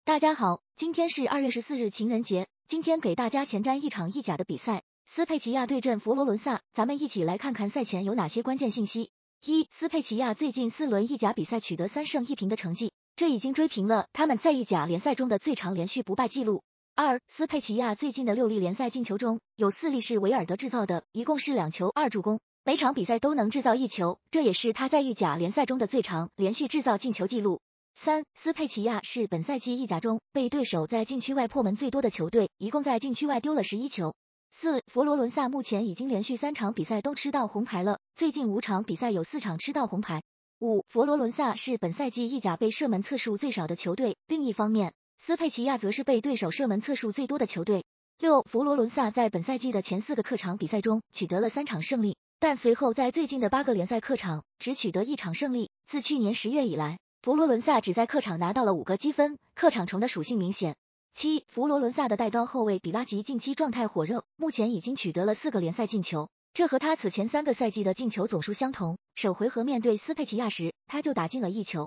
大家好，今天是2月14日情人节，今天给大家前瞻一场意甲的比赛，斯佩齐亚对阵佛罗伦萨，咱们一起来看看赛前有哪些关键信息。斯佩齐亚最近4轮意甲比赛取得3胜1平的成绩，这已经追平了他们在意甲联赛中的最长连续不败纪录。斯佩齐亚最近的6粒联赛进球中，有4粒是维尔德制造的，一共是2球2助攻，每场比赛都能制造1球，这也是他在意甲联赛中的最长连续制造进球纪录。斯佩齐亚是本赛季意甲中被对手在禁区外破门最多的球队，一共在禁区外丢了11球。佛罗伦萨目前已经连续3场比赛都吃到红牌了，最近5场比赛有4场吃到红牌。佛罗伦萨是本赛季意甲被射门次数最少的球队，另一方面，斯佩齐亚则是被对手射门次数最多的球队。佛罗伦萨在本赛季的前4个客场比赛中取得了3场胜利，但随后在最近的8个联赛客场只取得1场胜利，自去年10月以来，佛罗伦萨只在客场拿到了5个积分，客场虫的属性明显。佛罗伦萨的带刀后卫比拉吉近期状态火热，目前已经取得了4个联赛进球，这和他此前3个赛季的进球总数相同。首回合面对斯佩齐亚时，他就打进了1球。